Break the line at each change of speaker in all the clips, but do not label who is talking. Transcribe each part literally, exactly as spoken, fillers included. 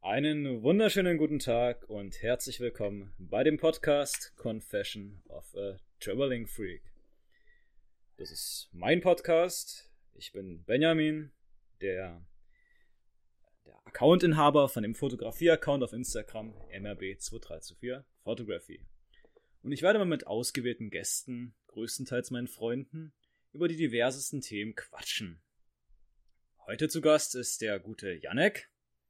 Einen wunderschönen guten Tag und herzlich willkommen bei dem Podcast Confession of a Traveling Freak. Das ist mein Podcast. Ich bin Benjamin, der, der Accountinhaber von dem Fotografie-Account auf Instagram M R B zwei drei zwei vier Photography. Und ich werde mal mit ausgewählten Gästen, größtenteils meinen Freunden, über die diversesten Themen quatschen. Heute zu Gast ist der gute Janek.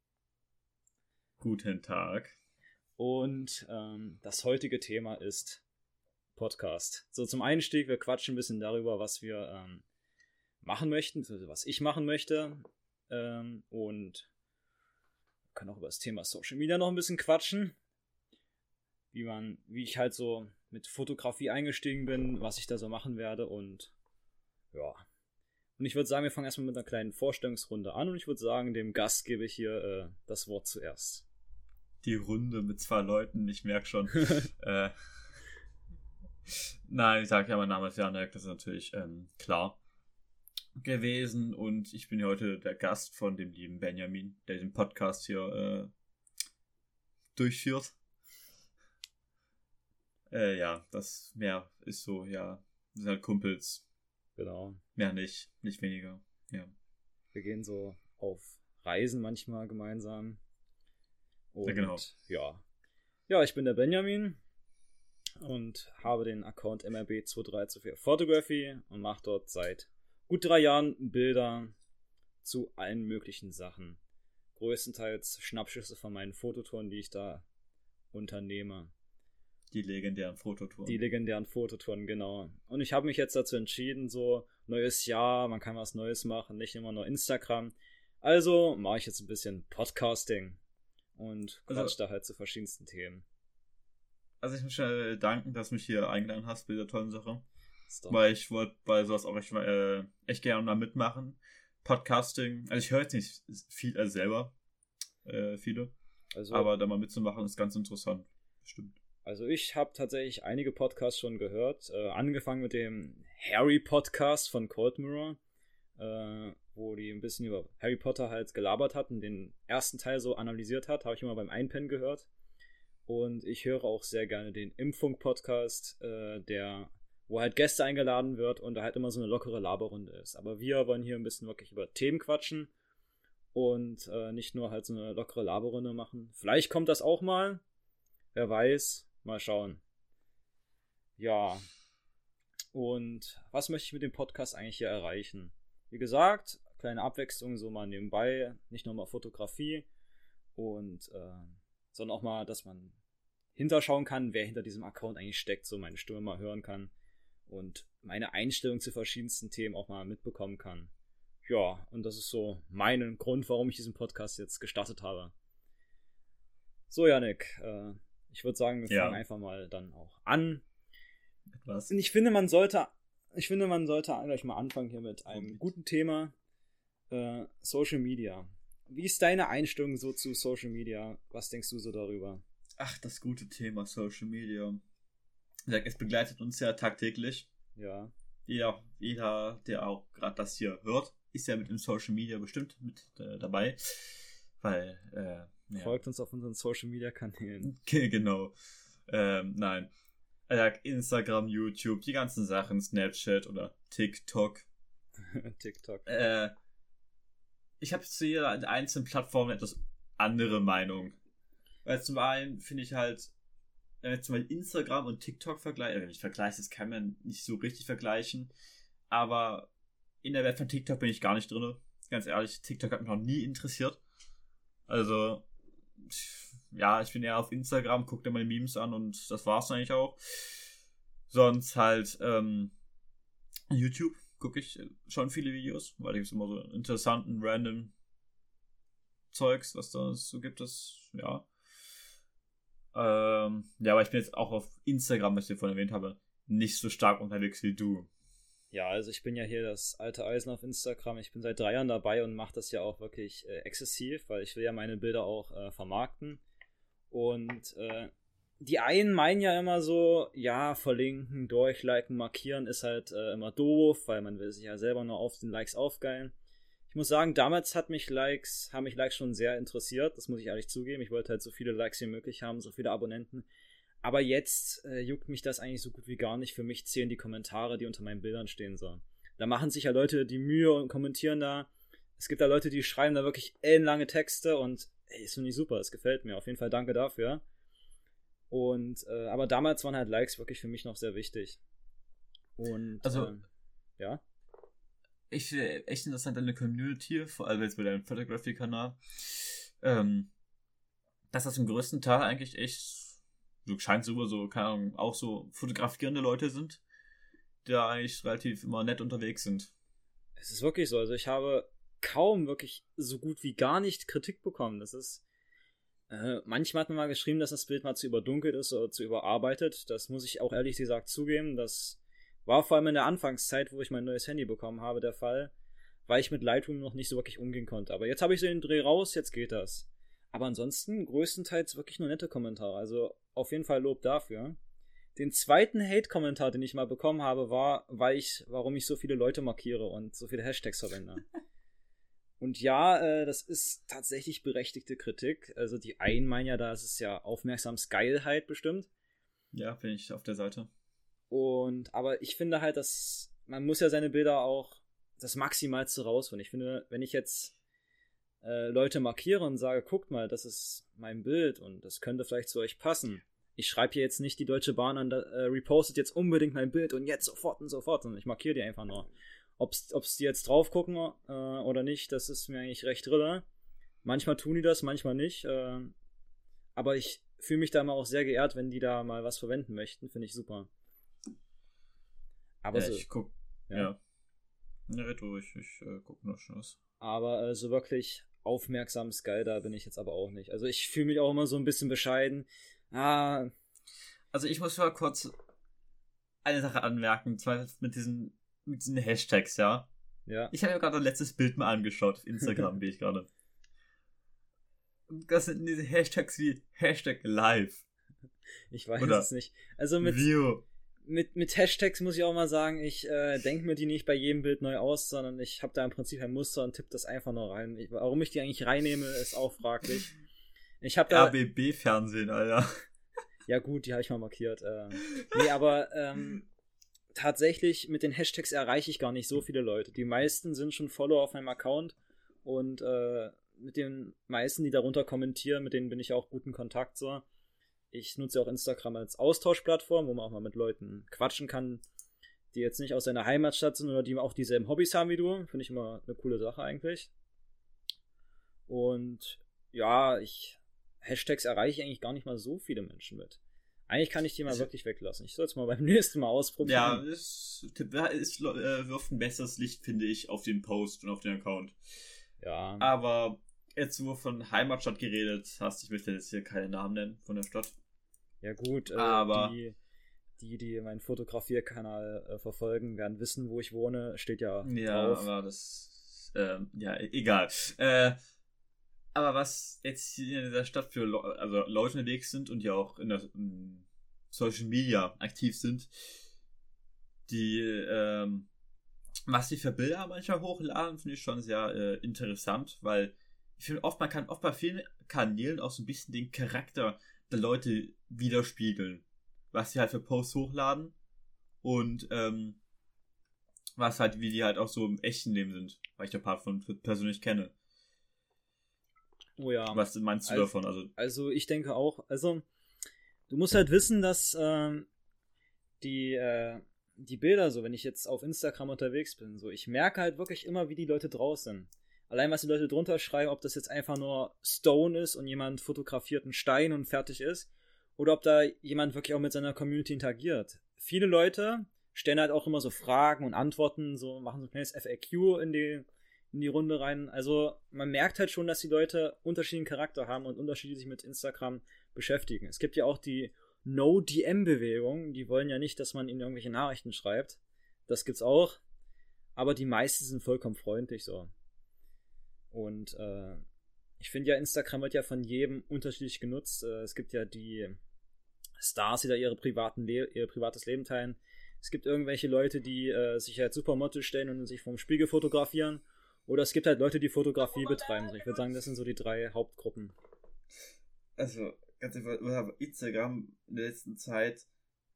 Guten Tag.
Und ähm, das heutige Thema ist Podcast. So, zum Einstieg, wir quatschen ein bisschen darüber, was wir ähm, machen möchten, also was ich machen möchte. Ähm, und wir können auch über das Thema Social Media noch ein bisschen quatschen. Wie man, wie ich halt so mit Fotografie eingestiegen bin, was ich da so machen werde und ja. Und ich würde sagen, wir fangen erstmal mit einer kleinen Vorstellungsrunde an und ich würde sagen, dem Gast gebe ich hier äh, das Wort zuerst.
Die Runde mit zwei Leuten, ich merke schon. äh, Nein, ich sage ja, mein Name ist Janek, das ist natürlich ähm, klar gewesen und ich bin hier heute der Gast von dem lieben Benjamin, der den Podcast hier äh, durchführt. Äh, ja, das mehr ist so, ja, wir sind halt Kumpels.
Genau.
Mehr nicht, nicht weniger, ja.
Wir gehen so auf Reisen manchmal gemeinsam. Und
ja, genau.
Ja. Ja, ich bin der Benjamin und habe den Account M R B zwei drei zwei vier Photography und mache dort seit gut drei Jahren Bilder zu allen möglichen Sachen. Größtenteils Schnappschüsse von meinen Fototouren, die ich da unternehme.
Die legendären Fototouren.
Die legendären Fototouren, genau. Und ich habe mich jetzt dazu entschieden, so neues Jahr, man kann was Neues machen, nicht immer nur Instagram. Also mache ich jetzt ein bisschen Podcasting und quatsch also, da halt zu verschiedensten Themen.
Also ich muss schon danken, dass du mich hier eingeladen hast bei dieser tollen Sache. Weil ich wollte bei sowas auch echt, äh, echt gerne mal mitmachen. Podcasting, also ich höre jetzt nicht viel also selber, äh, viele. Also, aber da mal mitzumachen ist ganz interessant, bestimmt.
Also ich habe tatsächlich einige Podcasts schon gehört, äh, angefangen mit dem Harry-Podcast von Cold Mirror, äh, wo die ein bisschen über Harry Potter halt gelabert hatten, den ersten Teil so analysiert hat, habe ich immer beim Einpennen gehört. Und ich höre auch sehr gerne den Impfung-Podcast, äh, der, wo halt Gäste eingeladen wird und da halt immer so eine lockere Laberrunde ist. Aber wir wollen hier ein bisschen wirklich über Themen quatschen und äh, nicht nur halt so eine lockere Laberrunde machen. Vielleicht kommt das auch mal, wer weiß. Mal schauen. Ja. Und was möchte ich mit dem Podcast eigentlich hier erreichen? Wie gesagt, kleine Abwechslung so mal nebenbei. Nicht nur mal Fotografie. Und, äh, sondern auch mal, dass man hinterschauen kann, wer hinter diesem Account eigentlich steckt. So meine Stimme mal hören kann. Und meine Einstellung zu verschiedensten Themen auch mal mitbekommen kann. Ja, und das ist so mein Grund, warum ich diesen Podcast jetzt gestartet habe. So, Janik, äh, ich würde sagen, wir fangen ja. einfach mal dann auch an.
Etwas.
Und ich finde, man sollte, ich finde, man sollte gleich mal anfangen hier mit einem
Und?
guten Thema. Äh, Social Media. Wie ist deine Einstellung so zu Social Media? Was denkst du so darüber?
Ach, das gute Thema Social Media. Es begleitet uns ja tagtäglich.
Ja.
Jeder, jeder der auch gerade das hier hört, ist ja mit dem Social Media bestimmt mit äh, dabei. Weil, äh,
Ja. Folgt uns auf unseren Social-Media-Kanälen.
Genau. Ähm, nein. Also Instagram, YouTube, die ganzen Sachen, Snapchat oder TikTok.
TikTok.
Äh, ich habe zu jeder einzelnen Plattform etwas andere Meinung. Weil zum einen finde ich halt, wenn ich zum Beispiel Instagram und TikTok vergleiche, wenn ich vergleiche, das kann man nicht so richtig vergleichen, aber in der Welt von TikTok bin ich gar nicht drin. Ganz ehrlich, TikTok hat mich noch nie interessiert. Also, ja, ich bin eher auf Instagram, gucke da meine Memes an und das war's eigentlich auch. Sonst halt ähm, YouTube gucke ich schon viele Videos, weil ich immer so interessanten, random Zeugs, was da so gibt, das, ja. Ähm, ja, aber ich bin jetzt auch auf Instagram, was ich vorhin erwähnt habe, nicht so stark unterwegs wie du.
Ja, also ich bin ja hier das alte Eisen auf Instagram. Ich bin seit drei Jahren dabei und mache das ja auch wirklich äh, exzessiv, weil ich will ja meine Bilder auch äh, vermarkten. Und äh, die einen meinen ja immer so, ja, verlinken, durchliken, markieren ist halt äh, immer doof, weil man will sich ja selber nur auf den Likes aufgeilen. ich muss sagen, damals hat mich Likes, haben mich Likes schon sehr interessiert, das muss ich ehrlich zugeben. Ich wollte halt so viele Likes wie möglich haben, so viele Abonnenten. Aber jetzt äh, juckt mich das eigentlich so gut wie gar nicht. Für mich zählen die Kommentare, die unter meinen Bildern stehen, so. Da machen sich ja Leute die Mühe und kommentieren da. Es gibt da Leute, die schreiben da wirklich ellenlange Texte und ey, ist finde ich super, es gefällt mir. Auf jeden Fall danke dafür. Und, äh, aber damals waren halt Likes wirklich für mich noch sehr wichtig. Und,
also,
äh, ja.
Ich finde echt interessant an der Community, vor allem jetzt bei deinem Photography-Kanal, ähm, dass das im größten Teil eigentlich echt, so scheint so, so, keine Ahnung, auch so fotografierende Leute sind, die da eigentlich relativ immer nett unterwegs sind.
Es ist wirklich so, also ich habe kaum wirklich so gut wie gar nicht Kritik bekommen. Das ist, äh, manchmal hat man mal geschrieben, dass das Bild mal zu überdunkelt ist oder zu überarbeitet. Das muss ich auch ehrlich gesagt zugeben, das war vor allem in der Anfangszeit, wo ich mein neues Handy bekommen habe, der Fall, weil ich mit Lightroom noch nicht so wirklich umgehen konnte. Aber jetzt habe ich so den Dreh raus, jetzt geht das. Aber ansonsten größtenteils wirklich nur nette Kommentare. Also auf jeden Fall Lob dafür. Den zweiten Hate-Kommentar, den ich mal bekommen habe, war, weil ich, warum ich so viele Leute markiere und so viele Hashtags verwende. Und ja, äh, das ist tatsächlich berechtigte Kritik. Also die einen meinen ja, da ist es ja Aufmerksamsgeilheit bestimmt.
Ja, bin ich auf der Seite.
Und, aber ich finde halt, dass man muss ja seine Bilder auch das Maximalste rausholen. Ich finde, wenn ich jetzt äh, Leute markiere und sage, guckt mal, das ist mein Bild und das könnte vielleicht zu euch passen. Ich schreibe hier jetzt nicht die Deutsche Bahn an, äh, repostet jetzt unbedingt mein Bild und jetzt sofort und sofort. Und ich markiere die einfach nur. Ob's, ob's die jetzt drauf gucken äh, oder nicht, das ist mir eigentlich recht rille. Manchmal tun die das, manchmal nicht. Äh, aber ich fühle mich da immer auch sehr geehrt, wenn die da mal was verwenden möchten. Finde ich super. Aber
ja,
so,
ich guck, ja. Ja, ja red ruhig, ich äh, guck nur schon was.
Aber äh, so wirklich aufmerksam geil, da bin ich jetzt aber auch nicht. Also ich fühle mich auch immer so ein bisschen bescheiden. Ah.
Also ich muss mal kurz eine Sache anmerken, zwar mit diesen, mit diesen Hashtags, ja.
Ja.
Ich habe mir gerade ein letztes Bild mal angeschaut auf Instagram, wie ich gerade. Das sind diese Hashtags wie Hashtag Live.
Ich weiß
Oder
es nicht. Also mit...
View.
Mit, mit Hashtags muss ich auch mal sagen, ich äh, denke mir die nicht bei jedem Bild neu aus, sondern ich habe da im Prinzip ein Muster und tippe das einfach nur rein. Ich, warum ich die eigentlich reinnehme, ist auch fraglich. Ich habe da...
R B B-Fernsehen, Alter.
Ja gut, die habe ich mal markiert. Äh, nee, aber ähm, tatsächlich mit den Hashtags erreiche ich gar nicht so viele Leute. Die meisten sind schon Follower auf meinem Account und äh, mit den meisten, die darunter kommentieren, mit denen bin ich auch gut in Kontakt so. Ich nutze auch Instagram als Austauschplattform, wo man auch mal mit Leuten quatschen kann, die jetzt nicht aus seiner Heimatstadt sind oder die auch dieselben Hobbys haben wie du. Finde ich immer eine coole Sache eigentlich. Und ja, ich Hashtags erreiche ich eigentlich gar nicht mal so viele Menschen mit. Eigentlich kann ich die mal also, wirklich weglassen. Ich soll es mal beim nächsten Mal ausprobieren.
Ja, es, es äh, wirft ein besseres Licht, finde ich, auf den Post und auf den Account.
Ja.
Aber jetzt, wo du von Heimatstadt geredet hast, ich möchte jetzt hier keine Namen nennen von der Stadt.
Ja gut, äh,
aber
die, die, die meinen Fotografierkanal äh, verfolgen, werden wissen, wo ich wohne. Steht ja,
ja
drauf.
Aber das, ähm, ja, egal. Äh, aber was jetzt hier in dieser Stadt für Le- also Leute unterwegs sind und ja auch in der in Social Media aktiv sind, die, ähm, was die für Bilder manchmal hochladen, finde ich schon sehr äh, interessant, weil ich finde oft, man kann oft bei vielen Kanälen auch so ein bisschen den Charakter der Leute widerspiegeln, was sie halt für Posts hochladen und ähm, was halt, wie die halt auch so im echten Leben sind, weil ich der Part von persönlich kenne.
Oh ja.
Was meinst du
also,
davon? Also,
also ich denke auch, also du musst halt wissen, dass ähm, die, äh, die Bilder, so wenn ich jetzt auf Instagram unterwegs bin, so ich merke halt wirklich immer, wie die Leute draußen. Allein was die Leute drunter schreiben, ob das jetzt einfach nur Stone ist und jemand fotografiert einen Stein und fertig ist, oder ob da jemand wirklich auch mit seiner Community interagiert. Viele Leute stellen halt auch immer so Fragen und Antworten, so machen so ein kleines F A Q in die, in die Runde rein. Also man merkt halt schon, dass die Leute unterschiedlichen Charakter haben und unterschiedlich sich mit Instagram beschäftigen. Es gibt ja auch die No-D M-Bewegung, die wollen ja nicht, dass man ihnen irgendwelche Nachrichten schreibt. Das gibt's auch. Aber die meisten sind vollkommen freundlich so. Und äh, ich finde ja, Instagram wird ja von jedem unterschiedlich genutzt. Äh, es gibt ja die Stars, die da ihre privaten Le- ihr privates Leben teilen. Es gibt irgendwelche Leute, die äh, sich als Supermodel stellen und sich vom Spiegel fotografieren. Oder es gibt halt Leute, die Fotografie betreiben. Ich würde sagen, das sind so die drei Hauptgruppen.
Also, ganz einfach, Instagram in der letzten Zeit,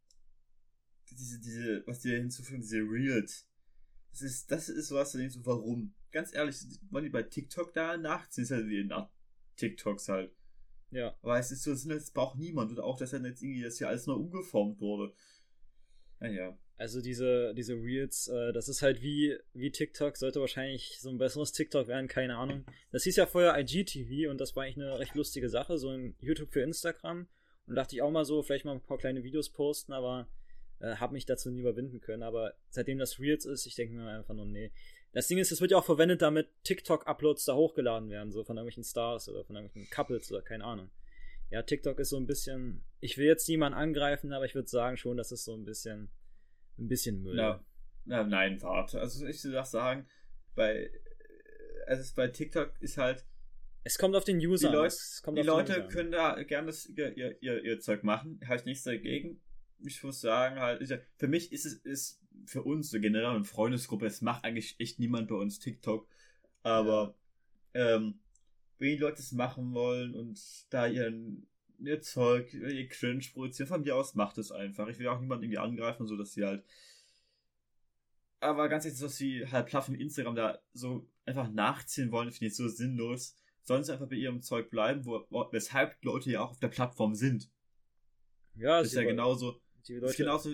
diese, diese, was die hinzufügen, diese Reels. Das ist, das ist was, da denkst du, warum? Ganz ehrlich, wollen die bei TikTok da nachziehen? Das ist halt wie in TikToks halt.
Ja.
Aber es ist so, das braucht niemand. Und auch, dass dann jetzt irgendwie das hier alles nur umgeformt wurde. Naja.
Also diese, diese Reels, äh, das ist halt wie, wie TikTok, sollte wahrscheinlich so ein besseres TikTok werden, keine Ahnung. Das hieß ja vorher I G T V und das war eigentlich eine recht lustige Sache, so ein YouTube für Instagram. Und dachte ich auch mal so, vielleicht mal ein paar kleine Videos posten, aber äh, habe mich dazu nie überwinden können. Aber seitdem das Reels ist, ich denke mir einfach nur, nee. Das Ding ist, es wird ja auch verwendet, damit TikTok-Uploads da hochgeladen werden, so von irgendwelchen Stars oder von irgendwelchen Couples oder keine Ahnung. Ja, TikTok ist so ein bisschen, ich will jetzt niemanden angreifen, aber ich würde sagen schon, das ist so ein bisschen ein bisschen Müll.
Na, na, nein, warte. Also ich würde sagen, bei, also bei TikTok ist halt,
es kommt auf den User
die Leute,
an. Es kommt
die
auf
Leute
den User
können da gerne das, ihr, ihr, ihr, ihr Zeug machen. Habe ich nichts dagegen. Ich muss sagen, halt, ich, für mich ist es, ist für uns so generell eine Freundesgruppe, es macht eigentlich echt niemand bei uns TikTok. Aber, ja. ähm, wenn die Leute es machen wollen und da ihren, ihr Zeug, ihr Cringe produzieren, von mir aus macht es einfach. Ich will auch niemanden irgendwie angreifen, so dass sie halt. Aber ganz ehrlich, dass sie halt Plattform Instagram da so einfach nachziehen wollen, finde ich so sinnlos. Sollen sie einfach bei ihrem Zeug bleiben, wo, wo, weshalb die Leute ja auch auf der Plattform sind.
Ja,
das ist ja
über,
genauso.
Die Leute,
das ist genauso.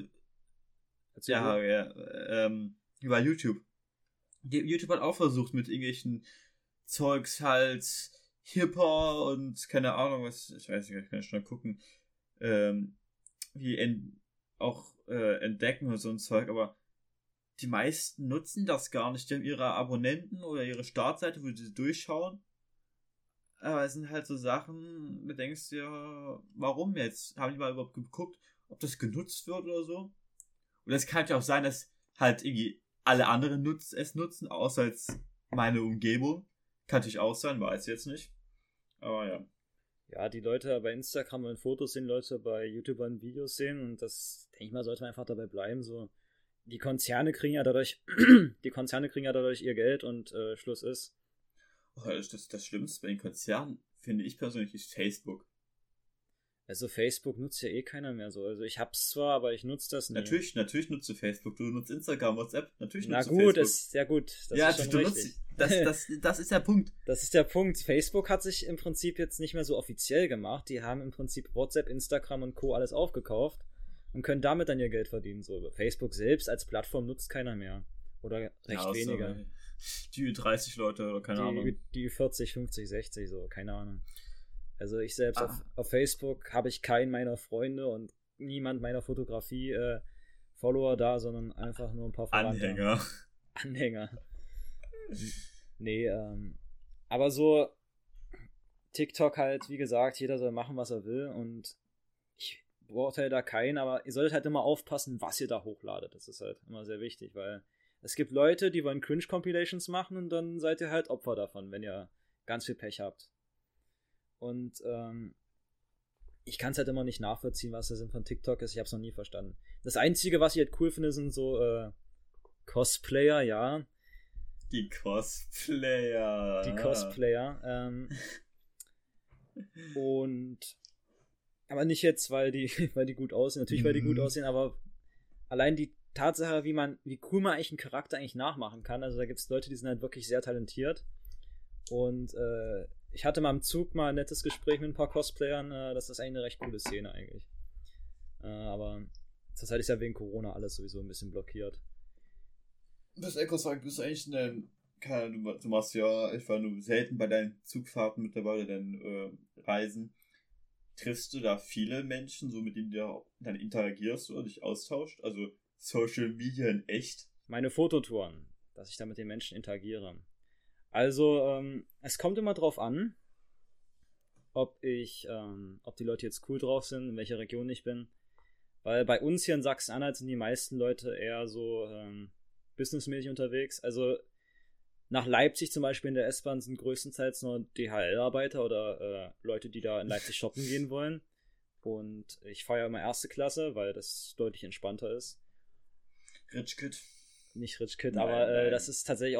Ja, ja, ähm, über YouTube. Die, YouTube hat auch versucht, mit irgendwelchen Zeugs halt hipper und keine Ahnung, was, ich weiß nicht, ich kann schnell gucken, ähm, wie en, auch äh, entdecken und so ein Zeug, aber die meisten nutzen das gar nicht. Die haben ihre Abonnenten oder ihre Startseite, wo sie durchschauen. Aber es sind halt so Sachen, da denkst du ja, warum jetzt? Haben die mal überhaupt geguckt, ob das genutzt wird oder so? Und es kann ja auch sein, dass halt irgendwie alle anderen nutz, es nutzen, außer jetzt meine Umgebung. Kann natürlich auch sein, weiß ich jetzt nicht. Aber ja.
Ja, die Leute bei Instagram wollen Fotos sehen, Leute bei YouTube wollen Videos sehen und das, denke ich mal, sollte man einfach dabei bleiben. So, die Konzerne kriegen ja dadurch, die Konzerne kriegen ja dadurch ihr Geld und äh, Schluss ist.
Oh, das, das, das Schlimmste bei den Konzernen, finde ich persönlich, ist Facebook.
Also Facebook nutzt ja eh keiner mehr so. Also ich hab's zwar, aber ich nutze das nicht.
Natürlich, natürlich nutzt du Facebook. Du nutzt Instagram, WhatsApp. Natürlich nutzt
Na
du
gut,
Facebook.
ist ja gut. Das
ja,
ist schon
du
richtig.
nutzt, das, das, das ist der Punkt.
Das ist der Punkt. Facebook hat sich im Prinzip jetzt nicht mehr so offiziell gemacht. Die haben im Prinzip WhatsApp, Instagram und Co. alles aufgekauft und können damit dann ihr Geld verdienen. So, Facebook selbst als Plattform nutzt keiner mehr. Oder recht ja, weniger.
So, die dreißig Leute oder keine
die,
Ahnung.
Die vierzig, fünfzig, sechzig, so, keine Ahnung. Also ich selbst
ah.
auf, auf Facebook habe ich keinen meiner Freunde und niemand meiner Fotografie äh, Follower da, sondern einfach nur ein paar Verwandte.
Anhänger.
Anhänger. Nee, ähm, aber so TikTok halt, wie gesagt, jeder soll machen, was er will und ich beurteile da keinen, aber ihr solltet halt immer aufpassen, was ihr da hochladet. Das ist halt immer sehr wichtig, weil es gibt Leute, die wollen Cringe-Compilations machen und dann seid ihr halt Opfer davon, wenn ihr ganz viel Pech habt. Und ähm, ich kann es halt immer nicht nachvollziehen, was der Sinn von TikTok ist. Ich habe es noch nie verstanden. Das Einzige, was ich halt cool finde, sind so äh, Cosplayer, ja.
Die Cosplayer.
Die Cosplayer. Ähm, und aber nicht jetzt, weil die, weil die gut aussehen. Natürlich, mhm. weil die gut aussehen, aber allein die Tatsache, wie man, wie cool man eigentlich einen Charakter eigentlich nachmachen kann. Also da gibt es Leute, die sind halt wirklich sehr talentiert. Und äh, ich hatte mal im Zug mal ein nettes Gespräch mit ein paar Cosplayern. Äh, das ist eigentlich eine recht coole Szene eigentlich. Äh, aber zurzeit ist ja wegen Corona alles sowieso ein bisschen blockiert.
Das Echo sagt, du bist eigentlich ein, du, du machst ja, ich war nur selten bei deinen Zugfahrten mit dabei, deinen äh, Reisen. Triffst du da viele Menschen, so mit denen du dann interagierst oder dich austauscht? Also Social Media in echt?
Meine Fototouren, dass ich da mit den Menschen interagiere. Also, ähm, es kommt immer drauf an, ob ich, ähm, ob die Leute jetzt cool drauf sind, in welcher Region ich bin. Weil bei uns hier in Sachsen-Anhalt sind die meisten Leute eher so ähm, businessmäßig unterwegs. Also nach Leipzig zum Beispiel in der S-Bahn sind größtenteils nur D H L-Arbeiter oder äh, Leute, die da in Leipzig shoppen gehen wollen. Und ich fahre ja immer erste Klasse, weil das deutlich entspannter ist.
Rich Kid.
Nicht Rich Kid,
nein,
aber äh,
nein.
das ist tatsächlich auch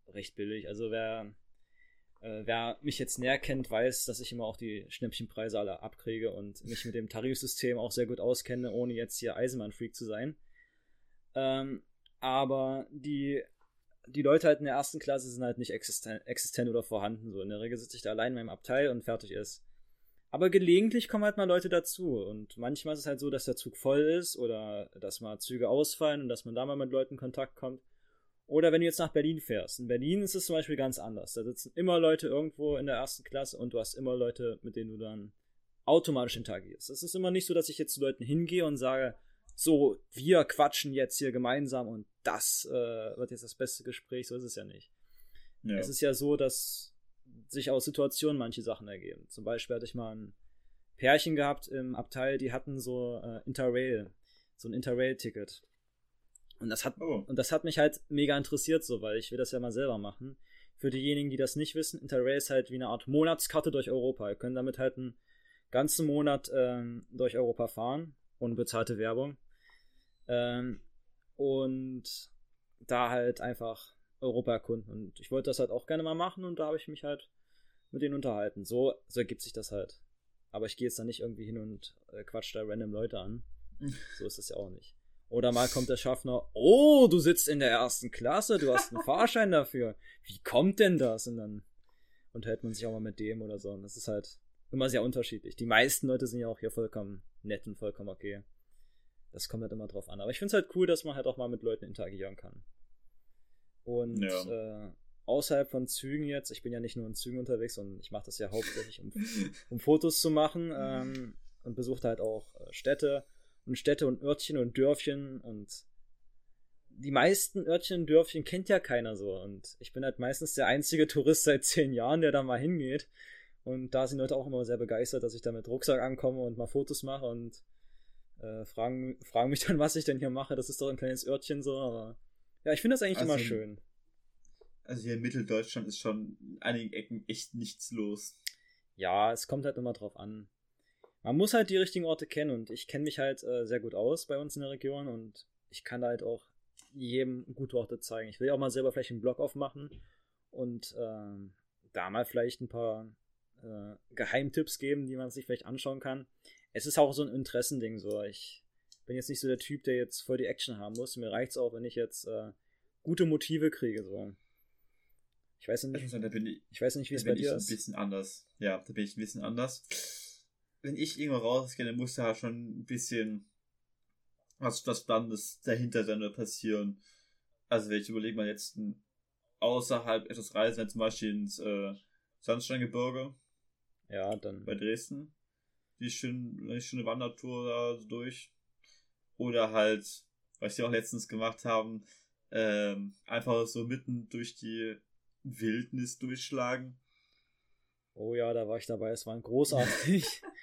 recht billig. Also wer, äh, wer mich jetzt näher kennt, weiß, dass ich immer auch die Schnäppchenpreise alle abkriege und mich mit dem Tarifsystem auch sehr gut auskenne, ohne jetzt hier Eisenbahn-Freak zu sein. Ähm, aber die, die Leute halt in der ersten Klasse sind halt nicht existent, existent oder vorhanden. So in der Regel sitze ich da allein in meinem Abteil und fertig ist. Aber gelegentlich kommen halt mal Leute dazu und manchmal ist es halt so, dass der Zug voll ist oder dass mal Züge ausfallen und dass man da mal mit Leuten in Kontakt kommt. Oder wenn du jetzt nach Berlin fährst. In Berlin ist es zum Beispiel ganz anders. Da sitzen immer Leute irgendwo in der ersten Klasse und du hast immer Leute, mit denen du dann automatisch interagierst. Es ist immer nicht so, dass ich jetzt zu Leuten hingehe und sage, so, wir quatschen jetzt hier gemeinsam und das äh, wird jetzt das beste Gespräch. So ist es ja nicht. Ja. Es ist ja so, dass sich aus Situationen manche Sachen ergeben. Zum Beispiel hatte ich mal ein Pärchen gehabt im Abteil, die hatten so äh, Interrail, so ein Interrail-Ticket. Und das hat oh. und das hat mich halt mega interessiert, so, weil ich will das ja mal selber machen. Für diejenigen, die das nicht wissen, Interrail ist halt wie eine Art Monatskarte durch Europa. Ihr könnt damit halt einen ganzen Monat ähm, durch Europa fahren, ohne bezahlte Werbung. Ähm, und da halt einfach Europa erkunden. Und ich wollte das halt auch gerne mal machen und da habe ich mich halt mit denen unterhalten. So, so ergibt sich das halt. Aber ich gehe jetzt da nicht irgendwie hin und äh, quatsch da random Leute an. So ist das ja auch nicht. Oder mal kommt der Schaffner, oh, du sitzt in der ersten Klasse, du hast einen Fahrschein dafür. Wie kommt denn das? Und dann unterhält man sich auch mal mit dem oder so. Und das ist halt immer sehr unterschiedlich. Die meisten Leute sind ja auch hier vollkommen nett und vollkommen okay. Das kommt halt immer drauf an. Aber ich finde es halt cool, dass man halt auch mal mit Leuten interagieren kann. Und ja. äh, außerhalb von Zügen jetzt, ich bin ja nicht nur in Zügen unterwegs und ich mache das ja hauptsächlich, um, um Fotos zu machen ähm, und besuche halt auch äh, Städte und Städte und Örtchen und Dörfchen und die meisten Örtchen und Dörfchen kennt ja keiner so und ich bin halt meistens der einzige Tourist seit zehn Jahren, der da mal hingeht und da sind Leute auch immer sehr begeistert, dass ich da mit Rucksack ankomme und mal Fotos mache und äh, fragen, fragen mich dann, was ich denn hier mache, das ist doch ein kleines Örtchen so, aber ja, ich finde das eigentlich also, immer schön.
Also hier in Mitteldeutschland ist schon in einigen Ecken echt nichts los.
Ja, es kommt halt immer drauf an. Man muss halt die richtigen Orte kennen und ich kenne mich halt äh, sehr gut aus bei uns in der Region und ich kann da halt auch jedem gute Orte zeigen. Ich will auch mal selber vielleicht einen Blog aufmachen und äh, da mal vielleicht ein paar äh, Geheimtipps geben, die man sich vielleicht anschauen kann. Es ist auch so ein Interessending so. Ich bin jetzt nicht so der Typ, der jetzt voll die Action haben muss. Mir reicht's auch, wenn ich jetzt äh, gute Motive kriege so. Ich weiß nicht,
sagen, da bin ich,
ich weiß nicht, wie es bei dir ist.
Ein bisschen anders. Ja, da bin ich ein bisschen anders. Wenn ich irgendwo rausgehe, dann muss da schon ein bisschen was, was Spannendes dahinter sein oder passieren. Also wenn ich überlege mal jetzt ein, außerhalb etwas reisen, zum Beispiel ins äh, Sandsteingebirge.
Ja, dann.
Bei Dresden. Die schöne, schöne Wandertour da so durch. Oder halt, was wir auch letztens gemacht haben, ähm, einfach so mitten durch die Wildnis durchschlagen.
Oh ja, da war ich dabei, es war großartig.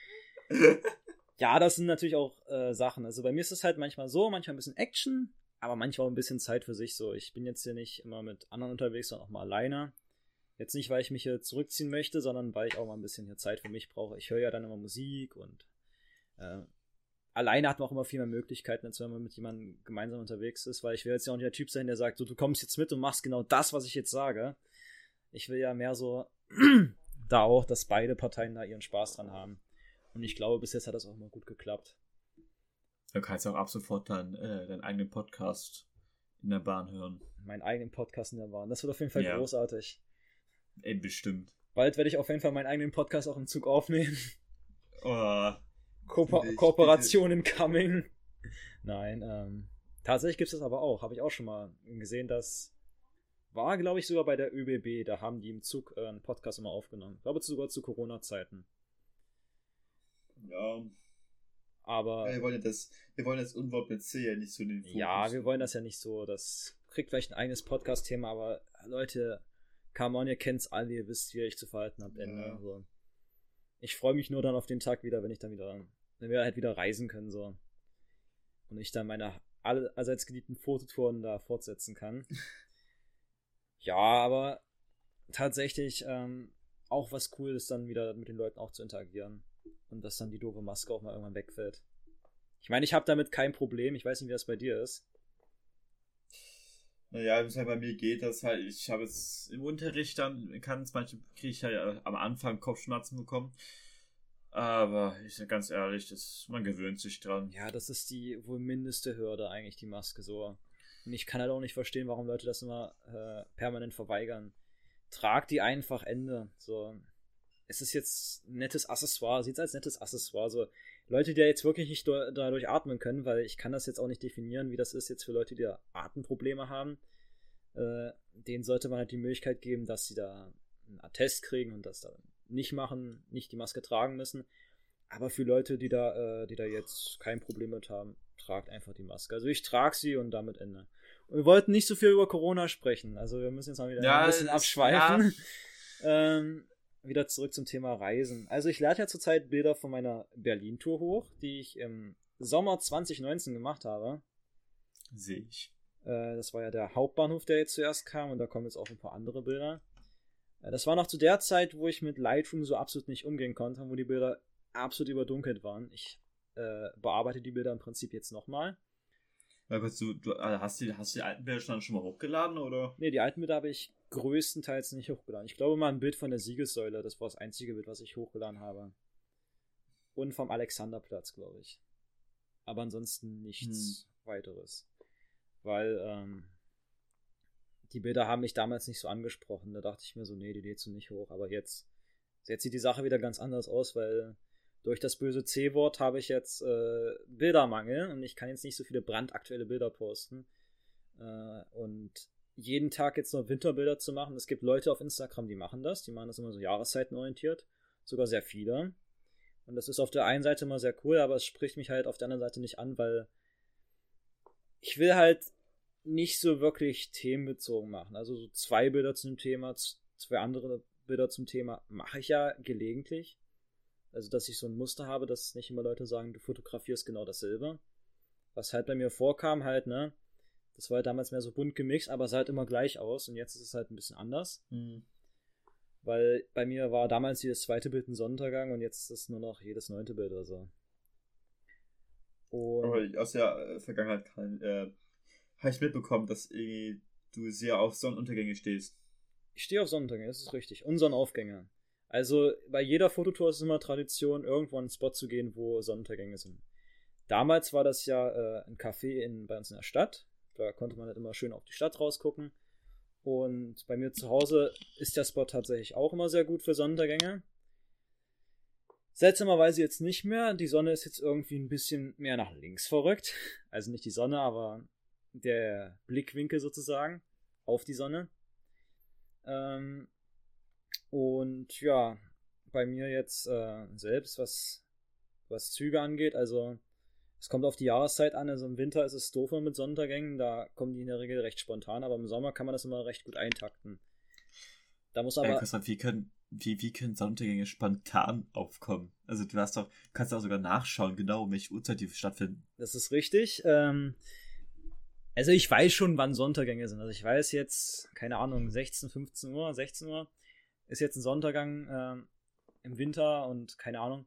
Ja, das sind natürlich auch äh, Sachen. Also bei mir ist es halt manchmal so, manchmal ein bisschen Action, aber manchmal auch ein bisschen Zeit für sich so. Ich bin jetzt hier nicht immer mit anderen unterwegs, sondern auch mal alleine. Jetzt nicht, weil ich mich hier zurückziehen möchte, sondern weil ich auch mal ein bisschen hier Zeit für mich brauche. Ich höre ja dann immer Musik und äh, alleine hat man auch immer viel mehr Möglichkeiten, als wenn man mit jemandem gemeinsam unterwegs ist, weil ich will jetzt ja auch nicht der Typ sein, der sagt, so, du kommst jetzt mit und machst genau das, was ich jetzt sage. Ich will ja mehr so da auch, dass beide Parteien da ihren Spaß dran haben. Und ich glaube, bis jetzt hat das auch mal gut geklappt.
Du kannst auch ab sofort dann äh, deinen eigenen Podcast in der Bahn hören.
Meinen eigenen Podcast in der Bahn. Das wird auf jeden Fall ja. großartig.
Ey, bestimmt.
Bald werde ich auf jeden Fall meinen eigenen Podcast auch im Zug aufnehmen.
Oh,
Ko- Kooperation incoming. Nein, ähm, tatsächlich gibt es das aber auch. Habe ich auch schon mal gesehen, dass war, glaube ich, sogar bei der Ö B B. Da haben die im Zug äh, einen Podcast immer aufgenommen. Ich glaube sogar zu Corona-Zeiten.
Ja.
Aber.
Ja, wir wollen ja das, wir wollen das Unwort mit C ja nicht so in den Fokus.
Ja, wir wollen das ja nicht so. Das kriegt vielleicht ein eigenes Podcast-Thema, aber Leute, come on, ihr kennt's alle, ihr wisst, wie ihr euch zu verhalten habt. Ende. Ja. Also, ich freue mich nur dann auf den Tag wieder, wenn ich dann wieder, wenn wir halt wieder reisen können, so. Und ich dann meine allseits geliebten Fototouren da fortsetzen kann. Ja, aber tatsächlich ähm, auch was cool ist, dann wieder mit den Leuten auch zu interagieren. Und dass dann die doofe Maske auch mal irgendwann wegfällt. Ich meine, ich habe damit kein Problem. Ich weiß nicht, wie das bei dir ist.
Naja, ich sag, bei mir geht das halt, ich habe es im Unterricht dann, kann es manche, kriege ich ja am Anfang Kopfschmerzen bekommen. Aber ich sag ganz ehrlich, das, man gewöhnt sich dran.
Ja, das ist die wohl mindeste Hürde eigentlich, die Maske so. Und ich kann halt auch nicht verstehen, warum Leute das immer äh, permanent verweigern. Trag die einfach Ende. So. Es ist jetzt ein nettes Accessoire, sieht als nettes Accessoire. So. Leute, die ja jetzt wirklich nicht do- dadurch atmen können, weil ich kann das jetzt auch nicht definieren, wie das ist jetzt für Leute, die da Atemprobleme haben. Äh, denen sollte man halt die Möglichkeit geben, dass sie da einen Attest kriegen und das dann nicht machen, nicht die Maske tragen müssen. Aber für Leute, die da, äh, die da jetzt kein Problem mit haben, tragt einfach die Maske. Also ich trage sie und damit Ende. Und wir wollten nicht so viel über Corona sprechen. Also wir müssen jetzt mal wieder ja, ein bisschen abschweifen. Ja. ähm, wieder zurück zum Thema Reisen. Also ich lade ja zurzeit Bilder von meiner Berlin-Tour hoch, die ich im Sommer zwanzig neunzehn gemacht habe.
Sehe ich.
Äh, das war ja der Hauptbahnhof, der jetzt zuerst kam, und da kommen jetzt auch ein paar andere Bilder. Äh, das war noch zu der Zeit, wo ich mit Lightroom so absolut nicht umgehen konnte, wo die Bilder absolut überdunkelt waren. Ich äh, bearbeite die Bilder im Prinzip jetzt nochmal.
Du, du, hast, die, hast du die alten Bilder schon mal hochgeladen, oder?
Ne, die alten Bilder habe ich größtenteils nicht hochgeladen. Ich glaube mal ein Bild von der Siegessäule, das war das einzige Bild, was ich hochgeladen habe. Und vom Alexanderplatz, glaube ich. Aber ansonsten nichts hm. weiteres. Weil ähm, die Bilder haben mich damals nicht so angesprochen. Da dachte ich mir so, nee, die lädst du nicht hoch. Aber jetzt, jetzt sieht die Sache wieder ganz anders aus, weil durch das böse C-Wort habe ich jetzt äh, Bildermangel und ich kann jetzt nicht so viele brandaktuelle Bilder posten. Äh, und jeden Tag jetzt noch Winterbilder zu machen. Es gibt Leute auf Instagram, die machen das. Die machen das immer so jahreszeitenorientiert. Sogar sehr viele. Und das ist auf der einen Seite immer sehr cool, aber es spricht mich halt auf der anderen Seite nicht an, weil ich will halt nicht so wirklich themenbezogen machen. Also so zwei Bilder zu dem Thema, zwei andere Bilder zum Thema mache ich ja gelegentlich. Also, dass ich so ein Muster habe, dass nicht immer Leute sagen, du fotografierst genau dasselbe. Was halt bei mir vorkam halt, ne, das war halt damals mehr so bunt gemixt, aber sah halt immer gleich aus und jetzt ist es halt ein bisschen anders. Mhm. Weil bei mir war damals jedes zweite Bild ein Sonnenuntergang und jetzt ist es nur noch jedes neunte Bild oder so.
Und aber aus der Vergangenheit kann, äh, habe ich mitbekommen, dass äh, du sehr auf Sonnenuntergänge stehst.
Ich stehe auf Sonnenuntergänge, das ist richtig. Und Sonnenaufgänge. Also bei jeder Fototour ist es immer Tradition, irgendwo an einen Spot zu gehen, wo Sonnenuntergänge sind. Damals war das ja äh, ein Café in, bei uns in der Stadt. Da konnte man halt immer schön auf die Stadt rausgucken. Und bei mir zu Hause ist der Spot tatsächlich auch immer sehr gut für Sonnenuntergänge. Seltsamerweise jetzt nicht mehr. Die Sonne ist jetzt irgendwie ein bisschen mehr nach links verrückt. Also nicht die Sonne, aber der Blickwinkel sozusagen auf die Sonne. Ähm, und ja, bei mir jetzt äh, selbst, was, was Züge angeht, also es kommt auf die Jahreszeit an. Also im Winter ist es doof mit Sonnenuntergängen, da kommen die in der Regel recht spontan, aber im Sommer kann man das immer recht gut eintakten. Da muss aber...
Äh, Christoph, wie können, wie, wie können Sonnenuntergänge spontan aufkommen? Also du hast doch, kannst auch sogar nachschauen, genau um welche Uhrzeit die stattfinden.
Das ist richtig. Ähm, also ich weiß schon, wann Sonnenuntergänge sind. Also ich weiß jetzt, keine Ahnung, sechzehn, fünfzehn Uhr, sechzehn Uhr ist jetzt ein Sonnenuntergang ähm, im Winter und keine Ahnung.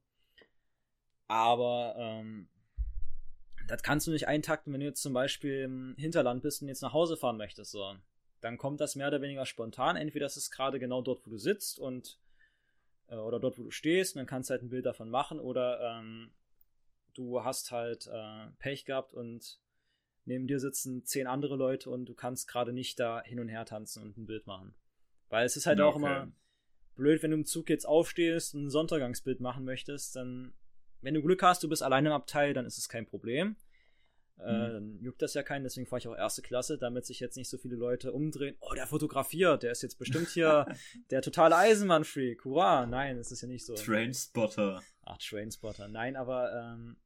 Aber ähm, das kannst du nicht eintakten, wenn du jetzt zum Beispiel im Hinterland bist und jetzt nach Hause fahren möchtest. So. Dann kommt das mehr oder weniger spontan. Entweder ist es gerade genau dort, wo du sitzt und äh, oder dort, wo du stehst, und dann kannst du halt ein Bild davon machen. Oder ähm, du hast halt äh, Pech gehabt und neben dir sitzen zehn andere Leute und du kannst gerade nicht da hin und her tanzen und ein Bild machen. Weil es ist halt okay. auch immer blöd, wenn du im Zug jetzt aufstehst und ein Sonnenuntergangsbild machen möchtest, dann, wenn du Glück hast, du bist alleine im Abteil, dann ist es kein Problem. Mhm. Äh, dann juckt das ja keinen, deswegen fahre ich auch erste Klasse, damit sich jetzt nicht so viele Leute umdrehen. Oh, der fotografiert, der ist jetzt bestimmt hier der totale Eisenbahn-Freak. Hurra! Nein, das ist ja nicht so.
Trainspotter.
Ach, Trainspotter. Nein, aber ähm,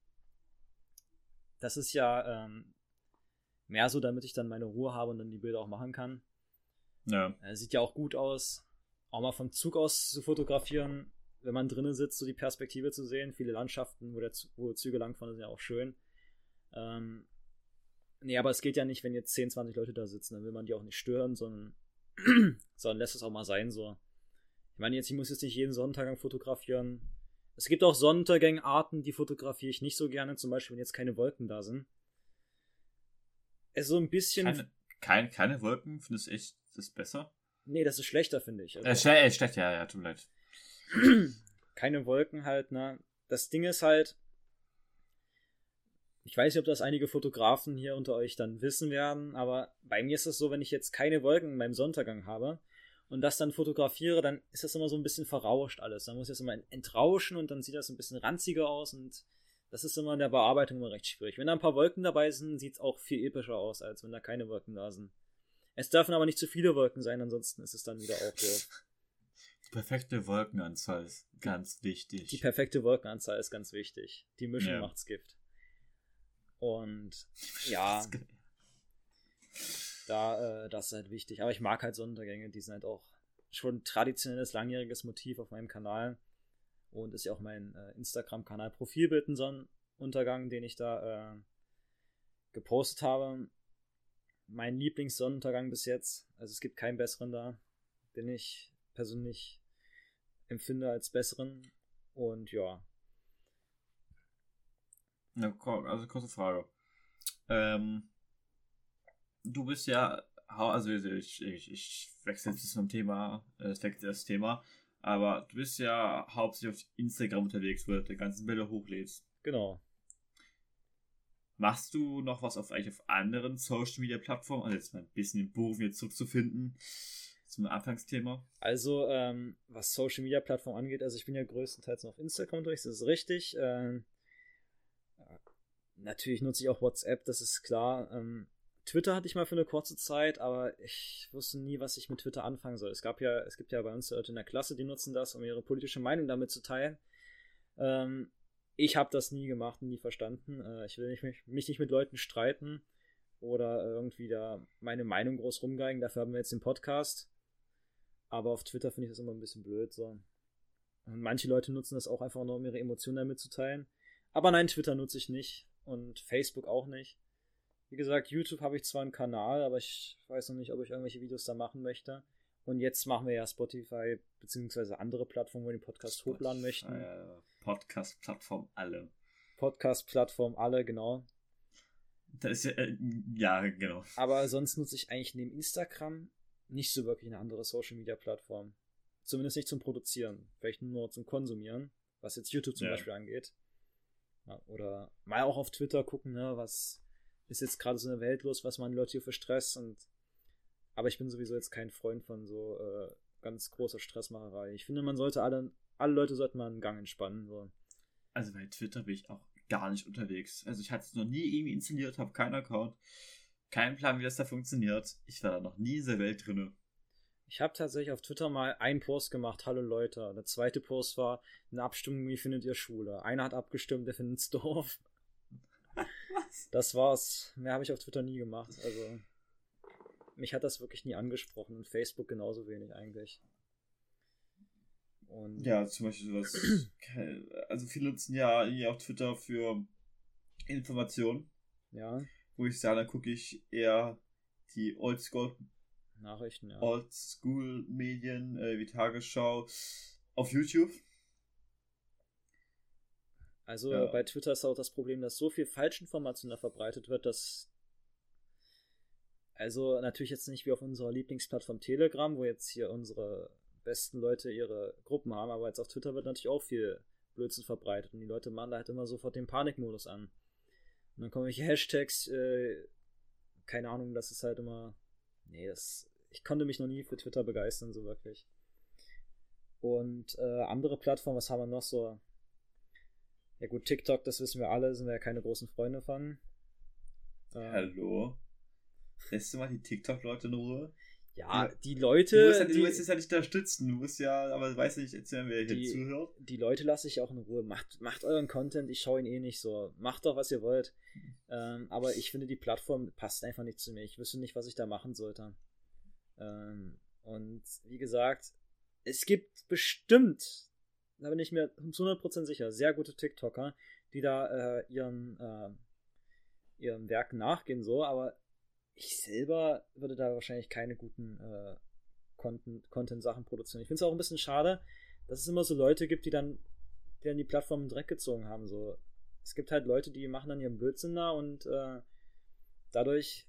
das ist ja ähm, mehr so, damit ich dann meine Ruhe habe und dann die Bilder auch machen kann.
Ja.
Äh, sieht ja auch gut aus. Auch mal vom Zug aus zu fotografieren, wenn man drinnen sitzt, so die Perspektive zu sehen. Viele Landschaften, wo, der Z- wo Züge langfahren, sind ja auch schön. Ähm, nee, aber es geht ja nicht, wenn jetzt zehn, zwanzig Leute da sitzen, dann will man die auch nicht stören, sondern, sondern lässt es auch mal sein, so. Ich meine, jetzt, ich muss jetzt nicht jeden Sonnenuntergang fotografieren. Es gibt auch Sonnenuntergängarten, die fotografiere ich nicht so gerne, zum Beispiel, wenn jetzt keine Wolken da sind. Es ist so ein bisschen...
Keine, Kein, keine Wolken? Findest du echt das besser?
Nee, das ist schlechter, finde ich. Also,
äh, schle- äh, schlecht, ja, ja, tut mir leid.
keine Wolken halt, ne? Das Ding ist halt, ich weiß nicht, ob das einige Fotografen hier unter euch dann wissen werden, aber bei mir ist es so, wenn ich jetzt keine Wolken beim Sonnenuntergang habe und das dann fotografiere, dann ist das immer so ein bisschen verrauscht alles. Dann muss ich das immer entrauschen und dann sieht das ein bisschen ranziger aus und das ist immer in der Bearbeitung immer recht schwierig. Wenn da ein paar Wolken dabei sind, sieht es auch viel epischer aus, als wenn da keine Wolken da sind. Es dürfen aber nicht zu viele Wolken sein, ansonsten ist es dann wieder auch so.
Die perfekte Wolkenanzahl ist ganz wichtig.
Die perfekte Wolkenanzahl ist ganz wichtig. Die Mischung
Ja.
macht's Gift. Und ja, da, äh, das ist halt wichtig. Aber ich mag halt Sonnenuntergänge, die sind halt auch schon ein traditionelles, langjähriges Motiv auf meinem Kanal. Und ist ja auch mein äh, Instagram-Kanal Profilbild ein Sonnenuntergang, den ich da äh, gepostet habe. Mein Lieblingssonnenuntergang bis jetzt. Also es gibt keinen besseren da, den ich persönlich empfinde als besseren. Und ja.
Ja, also kurze Frage. Ähm, du bist ja, also ich, ich, ich wechsle jetzt zum Thema, es wechselt das Thema, aber du bist ja hauptsächlich auf Instagram unterwegs, wo du die ganzen Bilder hochlädst.
Genau.
Machst du noch was auf, eigentlich auf anderen Social Media Plattformen? Also jetzt mal ein bisschen den Bogen wieder zurückzufinden zum Anfangsthema.
Also, ähm, was Social Media Plattformen angeht, also ich bin ja größtenteils noch auf Instagram unterwegs, das ist richtig. Ähm, natürlich nutze ich auch WhatsApp, das ist klar. Ähm, Twitter hatte ich mal für eine kurze Zeit, aber ich wusste nie, was ich mit Twitter anfangen soll. Es gab ja, es gibt ja bei uns Leute in der Klasse, die nutzen das, um ihre politische Meinung damit zu teilen. Ähm, ich habe das nie gemacht und nie verstanden. Äh, ich will nicht, mich, mich nicht mit Leuten streiten oder irgendwie da meine Meinung groß rumgeigen. Dafür haben wir jetzt den Podcast. Aber auf Twitter finde ich das immer ein bisschen blöd. So. Und manche Leute nutzen das auch einfach nur, um ihre Emotionen damit zu teilen. Aber nein, Twitter nutze ich nicht. Und Facebook auch nicht. Wie gesagt, YouTube habe ich zwar einen Kanal, aber ich weiß noch nicht, ob ich irgendwelche Videos da machen möchte. Und jetzt machen wir ja Spotify beziehungsweise andere Plattformen, wo wir den Podcast Spotify, hochladen möchten.
Äh, Podcast-Plattform alle.
Podcast-Plattform alle, genau.
Das ist ja, äh, ja, genau.
Aber sonst nutze ich eigentlich neben Instagram nicht so wirklich eine andere Social-Media-Plattform. Zumindest nicht zum Produzieren. Vielleicht nur zum Konsumieren, was jetzt YouTube zum
ja.
Beispiel angeht. Ja, oder mal auch auf Twitter gucken, ne, was ist jetzt gerade so in der Welt los, was machen die Leute hier für Stress und aber ich bin sowieso jetzt kein Freund von so äh, ganz großer Stressmacherei. Ich finde, man sollte alle, alle Leute sollten mal einen Gang entspannen. So.
Also bei Twitter bin ich auch gar nicht unterwegs. Also ich hatte es noch nie irgendwie installiert, habe keinen Account, keinen Plan, wie das da funktioniert. Ich war da noch nie in dieser Welt drinne.
Ich habe tatsächlich auf Twitter mal einen Post gemacht, hallo Leute. Der zweite Post war eine Abstimmung, wie findet ihr Schule? Einer hat abgestimmt, der findet es doof. Was? Das war's. Mehr habe ich auf Twitter nie gemacht. Also mich hat das wirklich nie angesprochen und Facebook genauso wenig eigentlich. Und
ja, zum Beispiel sowas. Also viele nutzen ja hier auf Twitter für Informationen.
Ja.
Wo ich sage, dann gucke ich eher die Oldschool
Nachrichten, ja.
Oldschool-Medien äh, wie Tagesschau auf YouTube.
Also
ja.
bei Twitter ist auch das Problem, dass so viel Falschinformation da verbreitet wird, dass also natürlich jetzt nicht wie auf unserer Lieblingsplattform Telegram, wo jetzt hier unsere besten Leute ihre Gruppen haben, aber jetzt auf Twitter wird natürlich auch viel Blödsinn verbreitet und die Leute machen da halt immer sofort den Panikmodus an. Und dann kommen welche Hashtags, äh, keine Ahnung, das ist halt immer, nee, das, ich konnte mich noch nie für Twitter begeistern, so wirklich. Und äh, andere Plattformen, was haben wir noch so? Ja gut, TikTok, das wissen wir alle, sind wir ja keine großen Freunde von.
Ähm, Hallo? Lässt du mal die TikTok-Leute in Ruhe?
Ja, ja, die
Du
Leute...
musst, ja,
die,
du musst es ja nicht unterstützen, du musst ja, aber weiß nicht, erzählen, wer hier
die,
zuhört.
Die Leute lasse ich auch in Ruhe. Macht, macht euren Content, ich schaue ihn eh nicht so. Macht doch, was ihr wollt. Mhm. Ähm, aber ich finde, die Plattform passt einfach nicht zu mir. Ich wüsste nicht, was ich da machen sollte. Ähm, und wie gesagt, es gibt bestimmt, da bin ich mir zu hundert Prozent sicher, sehr gute TikToker, die da äh, ihren, äh, ihren Werken nachgehen, so, aber ich selber würde da wahrscheinlich keine guten äh, Content, Content-Sachen produzieren. Ich finde es auch ein bisschen schade, dass es immer so Leute gibt, die dann, die dann die Plattform in den Dreck gezogen haben. So. Es gibt halt Leute, die machen dann ihren Blödsinn da und äh, dadurch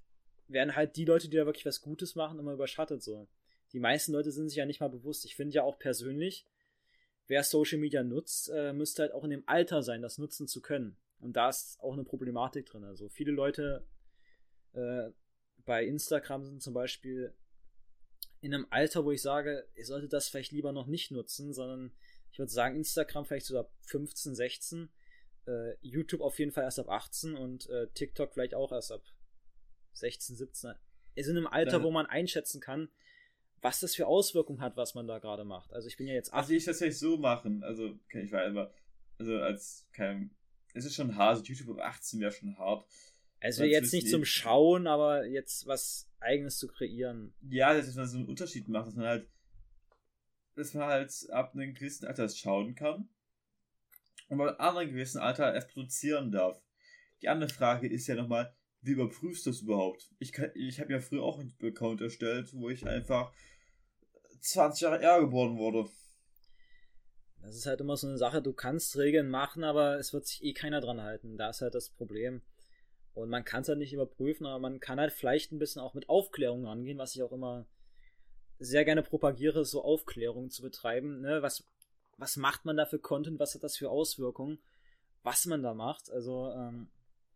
werden halt die Leute, die da wirklich was Gutes machen, immer überschattet so. Die meisten Leute sind sich ja nicht mal bewusst. Ich finde ja auch persönlich, wer Social Media nutzt, äh, müsste halt auch in dem Alter sein, das nutzen zu können. Und da ist auch eine Problematik drin. Also viele Leute äh, bei Instagram sind zum Beispiel in einem Alter, wo ich sage, ihr solltet das vielleicht lieber noch nicht nutzen, sondern ich würde sagen, Instagram vielleicht so ab fünfzehn, sechzehn, äh, YouTube auf jeden Fall erst ab achtzehn und äh, TikTok vielleicht auch erst ab sechzehn, siebzehn. Also in einem Alter, ja, wo man einschätzen kann, was das für Auswirkungen hat, was man da gerade macht. Also ich bin ja jetzt
acht. Also ich das vielleicht so machen, also ich weiß aber, also als kein, es ist schon hart, also YouTube ab achtzehn wäre schon hart.
Also jetzt nicht zum Schauen, aber jetzt was Eigenes zu kreieren.
Ja, dass man so einen Unterschied macht, dass man halt, dass man halt ab einem gewissen Alter das schauen kann und bei einem anderen gewissen Alter erst produzieren darf. Die andere Frage ist ja nochmal, wie überprüfst du das überhaupt? Ich, kann, ich habe ja früher auch einen Account erstellt, wo ich einfach zwanzig Jahre eher geboren wurde.
Das ist halt immer so eine Sache, du kannst Regeln machen, aber es wird sich eh keiner dran halten. Da ist halt das Problem. Und man kann es halt nicht überprüfen, aber man kann halt vielleicht ein bisschen auch mit Aufklärung rangehen, was ich auch immer sehr gerne propagiere, so Aufklärung zu betreiben. Ne? Was, was macht man da für Content? Was hat das für Auswirkungen? Was man da macht? Also, ähm,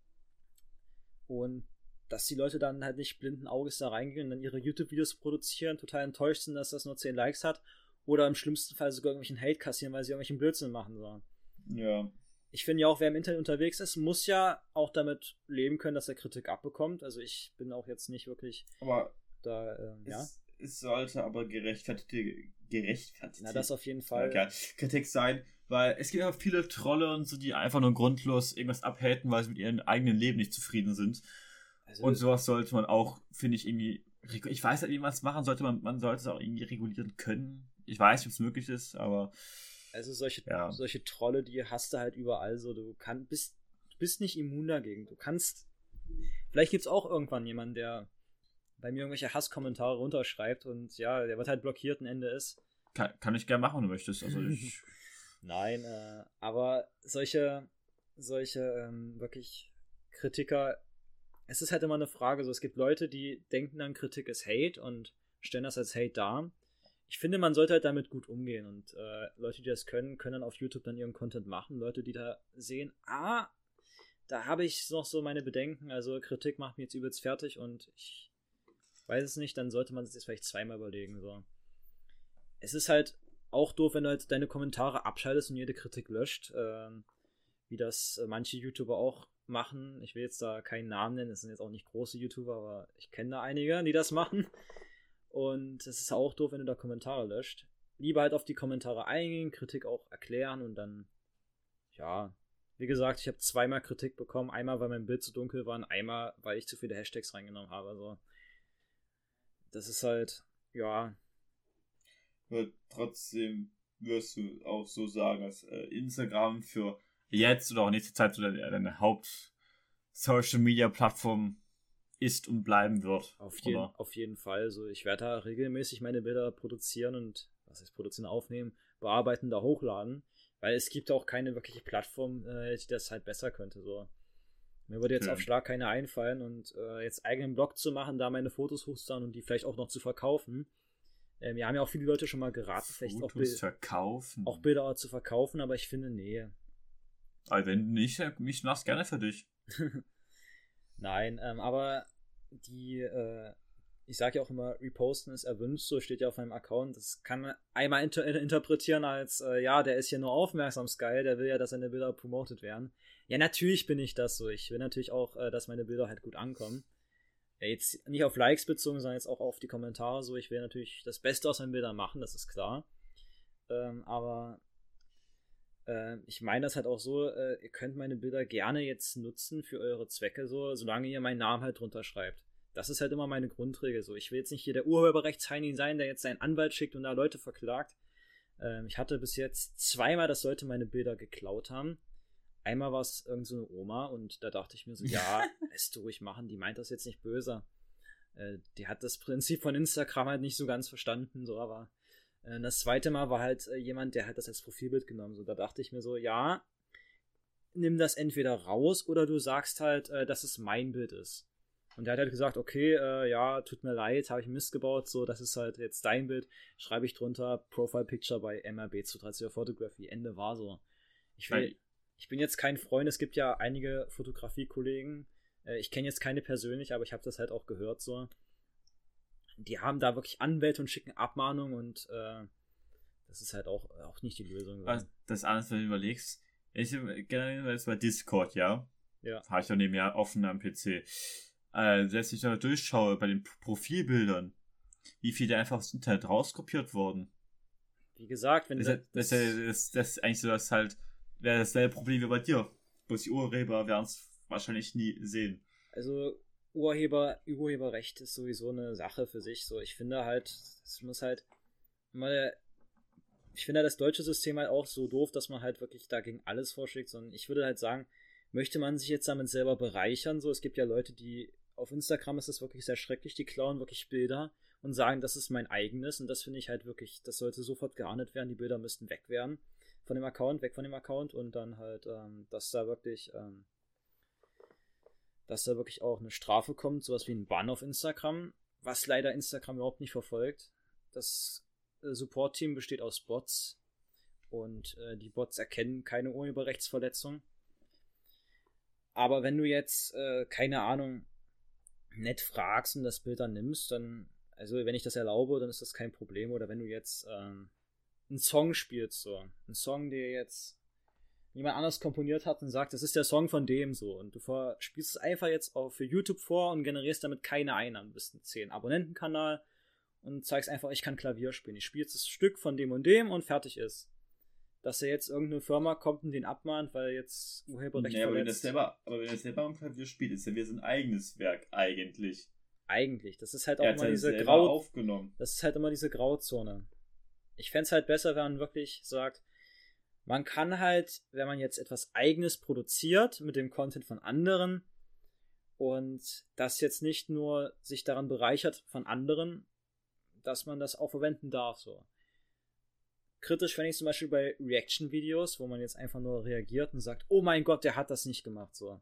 und dass die Leute dann halt nicht blinden Auges da reingehen und dann ihre YouTube-Videos produzieren, total enttäuscht sind, dass das nur zehn Likes hat oder im schlimmsten Fall sogar irgendwelchen Hate kassieren, weil sie irgendwelchen Blödsinn machen sollen.
Ja.
Ich finde ja auch, wer im Internet unterwegs ist, muss ja auch damit leben können, dass er Kritik abbekommt. Also ich bin auch jetzt nicht wirklich
aber
da, ähm,
es,
ja.
Es sollte aber gerechtfertigte, gerechtfertigte
Na, das auf jeden Fall.
Okay. Kritik sein, weil es gibt ja viele Trolle und so, die einfach nur grundlos irgendwas abhaten, weil sie mit ihrem eigenen Leben nicht zufrieden sind. Also und sowas sollte man auch, finde ich, irgendwie, ich weiß halt, wie man es machen sollte, man, man sollte es auch irgendwie regulieren können. Ich weiß nicht, ob es möglich ist, aber
also solche,
ja.
solche Trolle, die hast du halt überall so. Du kann, bist, bist nicht immun dagegen. Du kannst. Vielleicht gibt es auch irgendwann jemanden, der bei mir irgendwelche Hasskommentare runterschreibt und ja, der wird halt blockiert, ein Ende ist.
Kann, kann ich gerne machen, wenn du möchtest. Also ich
Nein, äh, aber solche, solche ähm, wirklich Kritiker, es ist halt immer eine Frage, so es gibt Leute, die denken dann, Kritik ist Hate und stellen das als Hate dar. Ich finde, man sollte halt damit gut umgehen und äh, Leute, die das können, können dann auf YouTube dann ihren Content machen. Leute, die da sehen, ah, da habe ich noch so meine Bedenken, also Kritik macht mir jetzt übelst fertig und ich weiß es nicht, dann sollte man sich das vielleicht zweimal überlegen. So. Es ist halt auch doof, wenn du halt deine Kommentare abschaltest und jede Kritik löscht, äh, wie das äh, manche YouTuber auch machen. Ich will jetzt da keinen Namen nennen, es sind jetzt auch nicht große YouTuber, aber ich kenne da einige, die das machen. Und es ist auch doof, wenn du da Kommentare löscht. Lieber halt auf die Kommentare eingehen, Kritik auch erklären und dann, ja, wie gesagt, ich habe zweimal Kritik bekommen. Einmal, weil mein Bild zu dunkel war und einmal, weil ich zu viele Hashtags reingenommen habe. Also, das ist halt, ja.
Aber trotzdem wirst du auch so sagen, dass äh, Instagram für jetzt oder auch nächste Zeit so deine, deine Haupt-Social-Media-Plattform ist und bleiben wird.
Auf, jeden, auf jeden Fall. Also ich werde da regelmäßig meine Bilder produzieren und, was heißt produzieren, aufnehmen, bearbeiten, da hochladen, weil es gibt auch keine wirkliche Plattform, äh, die das halt besser könnte. So. Mir würde jetzt ja. auf Schlag keine einfallen und äh, jetzt eigenen Blog zu machen, da meine Fotos hochzuladen und die vielleicht auch noch zu verkaufen. Äh, mir haben ja auch viele Leute schon mal geraten, vielleicht
Fotos
auch, Bil-
verkaufen.
auch Bilder zu verkaufen, aber ich finde, nee.
Also wenn nicht, ich mach's gerne für dich.
Nein, ähm, aber die, äh, ich sage ja auch immer, reposten ist erwünscht, so steht ja auf meinem Account. Das kann man einmal inter- interpretieren als, äh, ja, der ist hier nur aufmerksamsgeil, der will ja, dass seine Bilder promotet werden. Ja, natürlich bin ich das so. Ich will natürlich auch, äh, dass meine Bilder halt gut ankommen. Ja, jetzt nicht auf Likes bezogen, sondern jetzt auch auf die Kommentare so. Ich will natürlich das Beste aus meinen Bildern machen, das ist klar. Ähm, aber äh, ich meine das halt auch so, äh, ihr könnt meine Bilder gerne jetzt nutzen für eure Zwecke, so, solange ihr meinen Namen halt drunter schreibt. Das ist halt immer meine Grundregel. So. Ich will jetzt nicht hier der Urheberrechtsheinig sein, der jetzt seinen Anwalt schickt und da Leute verklagt. Ähm, ich hatte bis jetzt zweimal, dass Leute meine Bilder geklaut haben. Einmal war es irgend so eine Oma und da dachte ich mir so, ja, lässt du ruhig machen, die meint das jetzt nicht böse. Äh, die hat das Prinzip von Instagram halt nicht so ganz verstanden, so, aber äh, das zweite Mal war halt äh, jemand, der hat das als Profilbild genommen. So, da dachte ich mir so, ja, nimm das entweder raus oder du sagst halt, äh, dass es mein Bild ist. Und der hat halt gesagt, okay, äh, ja, tut mir leid, habe ich Mist gebaut, so, das ist halt jetzt dein Bild, schreibe ich drunter, Profile Picture bei M R B zu dreizehn Photography, Ende war so. Ich will, ich bin jetzt kein Freund, es gibt ja einige Fotografie-Kollegen, äh, ich kenne jetzt keine persönlich, aber ich habe das halt auch gehört, so. Die haben da wirklich Anwälte und schicken Abmahnungen und äh, das ist halt auch, auch nicht die Lösung. So.
Also das alles, wenn du überlegst, ich generell jetzt bei Discord, ja,
ja.
habe ich doch nebenher offen am P C. Äh, selbst wenn ich da durchschaue bei den Profilbildern, wie viele einfach aus dem Internet rauskopiert wurden.
Wie gesagt, wenn
das,
das,
das, das, das, das ist eigentlich so, dass halt wäre dasselbe Problem wie bei dir. Bloß die Urheber werden es wahrscheinlich nie sehen.
Also Urheber, Urheberrecht ist sowieso eine Sache für sich. So, ich finde halt, es muss halt mal, ich finde das deutsche System halt auch so doof, dass man halt wirklich dagegen alles vorschlägt, sondern ich würde halt sagen, möchte man sich jetzt damit selber bereichern? So, es gibt ja Leute, die auf Instagram ist das wirklich sehr schrecklich, die klauen wirklich Bilder und sagen, das ist mein eigenes und das finde ich halt wirklich, das sollte sofort geahndet werden, die Bilder müssten weg werden von dem Account, weg von dem Account und dann halt, ähm, dass da wirklich, ähm, dass da wirklich auch eine Strafe kommt, sowas wie ein Bann auf Instagram, was leider Instagram überhaupt nicht verfolgt. Das äh, Support-Team besteht aus Bots und äh, die Bots erkennen keine Urheberrechtsverletzung. Aber wenn du jetzt, äh, keine Ahnung, nett fragst und das Bild dann nimmst, dann, also wenn ich das erlaube, dann ist das kein Problem. Oder wenn du jetzt ähm, einen Song spielst, so, einen Song, der jetzt jemand anders komponiert hat und sagt, das ist der Song von dem, so, und du vor, spielst es einfach jetzt auch für YouTube vor und generierst damit keine Einnahmen, du bist ein zehn Abonnentenkanal und zeigst einfach, ich kann Klavier spielen. Ich spiele jetzt das Stück von dem und dem und fertig ist. Dass da jetzt irgendeine Firma kommt und den abmahnt, weil jetzt Urheberrecht
nee, aber
verletzt.
wenn das selber, aber wenn das selber am Klavier spielt, ist ja wie ein eigenes Werk eigentlich.
Eigentlich. Das ist halt auch
er
immer diese
selber
Grau...
aufgenommen.
Das ist halt immer diese Grauzone. Ich fände es halt besser, wenn man wirklich sagt, man kann halt, wenn man jetzt etwas Eigenes produziert mit dem Content von anderen und das jetzt nicht nur sich daran bereichert von anderen, dass man das auch verwenden darf, so. Kritisch fände ich zum Beispiel bei Reaction-Videos, wo man jetzt einfach nur reagiert und sagt, oh mein Gott, der hat das nicht gemacht, so.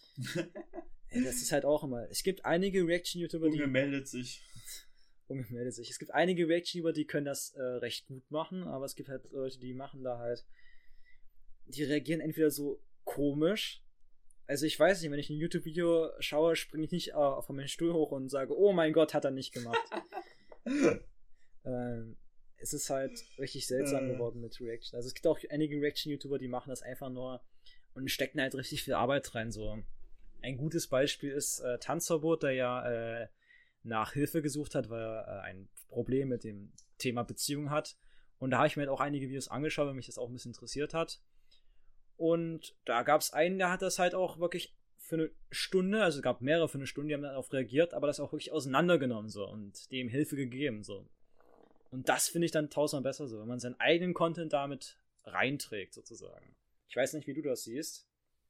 Ja, das ist halt auch immer, es gibt einige Reaction-YouTuber, die...
Unge meldet sich.
Unge meldet sich. Es gibt einige Reaction-YouTuber, die können das äh, recht gut machen, aber es gibt halt Leute, die machen da halt, die reagieren entweder so komisch, also ich weiß nicht, wenn ich ein YouTube-Video schaue, springe ich nicht äh, von meinem Stuhl hoch und sage, oh mein Gott, hat er nicht gemacht. ähm, es ist halt richtig seltsam äh. geworden mit Reaction. Also es gibt auch einige Reaction-YouTuber, die machen das einfach nur und stecken halt richtig viel Arbeit rein. So ein gutes Beispiel ist äh, Tanzverbot, der ja äh, nach Hilfe gesucht hat, weil er äh, ein Problem mit dem Thema Beziehung hat. Und da habe ich mir halt auch einige Videos angeschaut, weil mich das auch ein bisschen interessiert hat. Und da gab es einen, der hat das halt auch wirklich für eine Stunde, also es gab mehrere für eine Stunde, die haben darauf reagiert, aber das auch wirklich auseinandergenommen so und dem Hilfe gegeben so. Und das finde ich dann tausendmal besser so, wenn man seinen eigenen Content damit reinträgt, sozusagen. Ich weiß nicht, wie du das siehst.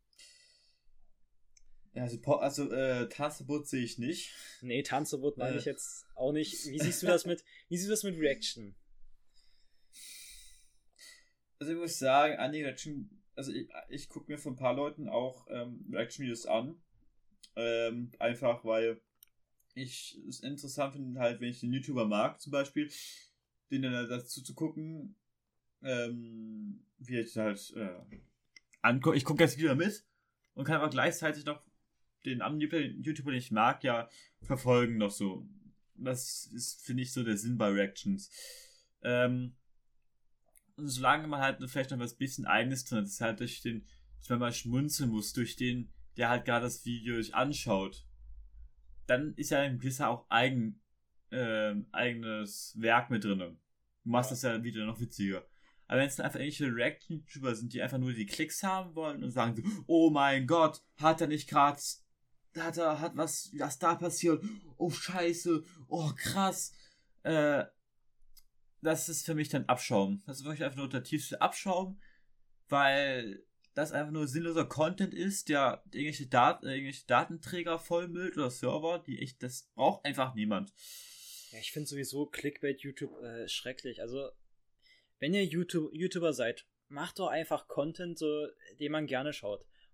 Ja, also, also äh, Tanzverbot sehe ich nicht.
Nee, Tanzverbot meine äh. ich jetzt auch nicht. Wie siehst du das mit, wie siehst du das mit Reaction?
Also ich muss sagen, einige Reaction, also ich, ich gucke mir von ein paar Leuten auch ähm, Reaction-Videos an. Ähm, einfach weil ich es interessant finde, halt, wenn ich den YouTuber mag, zum Beispiel, den dann dazu zu gucken, ähm, wie ich halt äh, angucke. Ich gucke das Video mit und kann aber gleichzeitig noch den anderen YouTuber, den ich mag, ja verfolgen noch so. Das ist, finde ich, so der Sinn bei Reactions. Ähm, und solange man halt vielleicht noch was bisschen Eigenes drin hat, das ist halt durch den, dass man mal schmunzeln muss, durch den, der halt gerade das Video sich anschaut, dann ist ja ein gewisser auch eigen, äh, eigenes Werk mit drin. Du machst ja das ja wieder noch witziger. Aber wenn es dann einfach irgendwelche Reaction-YouTuber sind, die einfach nur die Klicks haben wollen und sagen so, oh mein Gott, hat er nicht gerade, hat er, hat was, was da passiert, oh scheiße, oh krass, äh, das ist für mich dann Abschaum. Das ist wirklich einfach nur der tiefste Abschaum, weil das einfach nur sinnloser Content ist, der irgendwelche, Dat- irgendwelche Datenträger vollmüllt oder Server, die echt, das braucht einfach niemand.
Ja, ich finde sowieso Clickbait-YouTube äh, schrecklich. Also, wenn ihr YouTube- YouTuber seid, macht doch einfach Content, so, den man gerne schaut.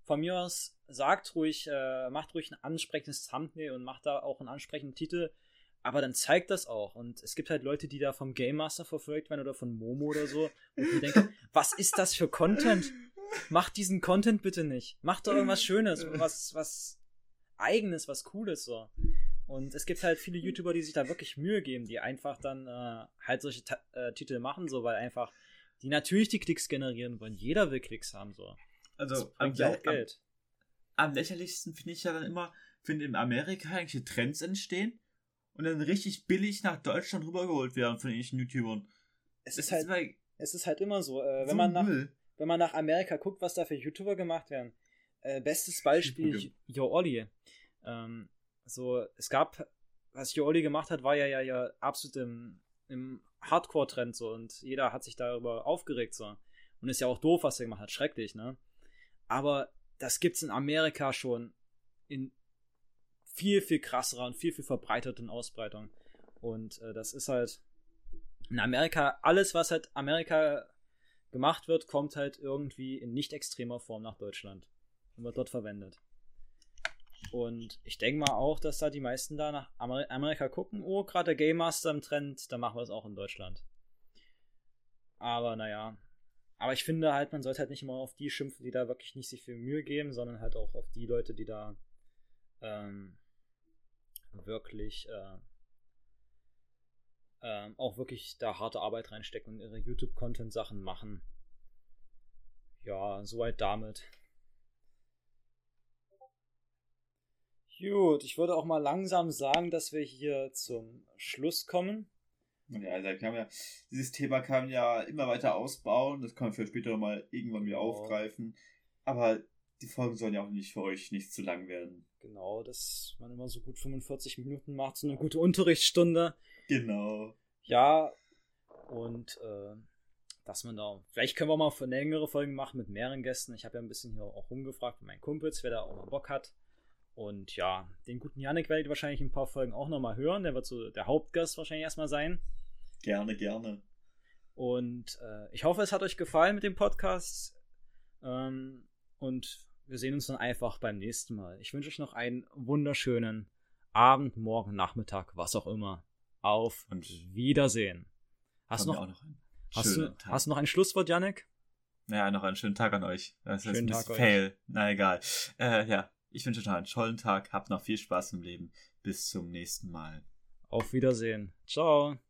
von mir aus sagt ruhig, äh, macht ruhig ein ansprechendes Thumbnail und macht da auch einen ansprechenden Titel, aber dann zeigt das auch. Und es gibt halt Leute, die da vom Game Master verfolgt werden oder von Momo oder so. Und ich mir denke, was ist das für Content? Macht diesen Content bitte nicht. Macht doch irgendwas Schönes, was, was Eigenes, was Cooles so. Und es gibt halt viele YouTuber, die sich da wirklich Mühe geben, die einfach dann äh, halt solche Ta- äh, Titel machen, so, weil einfach die natürlich die Klicks generieren wollen. Jeder will Klicks haben, so.
Also,
das
am,
bringt ja auch Geld.
Am, am lächerlichsten finde ich ja dann immer, wenn in Amerika irgendwelche Trends entstehen und dann richtig billig nach Deutschland rübergeholt werden von irgendwelchen YouTubern.
Es ist, halt, ist es ist halt immer so, äh, wenn,
so
man nach, wenn man nach Amerika guckt, was da für YouTuber gemacht werden. Äh, bestes Beispiel, Yo Olli. Ähm, so, es gab, was Yo Olli gemacht hat, war ja, ja, ja absolut im, im Hardcore-Trend so und jeder hat sich darüber aufgeregt so. Und ist ja auch doof, was er gemacht hat, schrecklich, ne? Aber das gibt's in Amerika schon in viel, viel krasserer und viel, viel verbreiterten Ausbreitung. Und äh, das ist halt in Amerika, alles, was halt Amerika gemacht wird, kommt halt irgendwie in nicht extremer Form nach Deutschland und wird dort verwendet. Und ich denke mal auch, dass da die meisten da nach Amer- Amerika gucken, oh, gerade der Game Master im Trend, dann machen wir es auch in Deutschland. Aber naja, aber ich finde halt, man sollte halt nicht immer auf die schimpfen, die da wirklich nicht sich viel Mühe geben, sondern halt auch auf die Leute, die da ähm, wirklich äh, ähm, auch wirklich da harte Arbeit reinstecken und ihre YouTube-Content-Sachen machen. Ja, soweit damit. Gut, ich würde auch mal langsam sagen, dass wir hier zum Schluss kommen.
Ja, also kann ja, dieses Thema kann man ja immer weiter ausbauen, das kann man für später mal irgendwann wieder oh. aufgreifen, aber die Folgen sollen ja auch nicht für euch nicht zu lang werden.
Genau, dass man immer so gut fünfundvierzig Minuten macht, so eine gute Unterrichtsstunde.
Genau.
Ja, und äh, dass man da, vielleicht können wir mal längere Folgen machen mit mehreren Gästen. Ich habe ja ein bisschen hier auch rumgefragt von meinen Kumpels, wer da auch mal Bock hat. Und ja, den guten Yannick werdet ihr wahrscheinlich ein paar Folgen auch nochmal hören. Der wird so der Hauptgast wahrscheinlich erstmal sein.
Gerne, gerne.
Und äh, ich hoffe, es hat euch gefallen mit dem Podcast. Ähm, und wir sehen uns dann einfach beim nächsten Mal. Ich wünsche euch noch einen wunderschönen Abend, Morgen, Nachmittag, was auch immer. Auf und Wiedersehen. Hast, noch, auch noch einen hast, du, Tag. hast du noch ein Schlusswort, Yannick?
Ja, noch einen schönen Tag an euch. Das ist
schönen
ein
Tag
Fail. Euch. Na egal. Äh, ja. Ich wünsche euch noch einen tollen Tag, habt noch viel Spaß im Leben. Bis zum nächsten Mal.
Auf Wiedersehen. Ciao.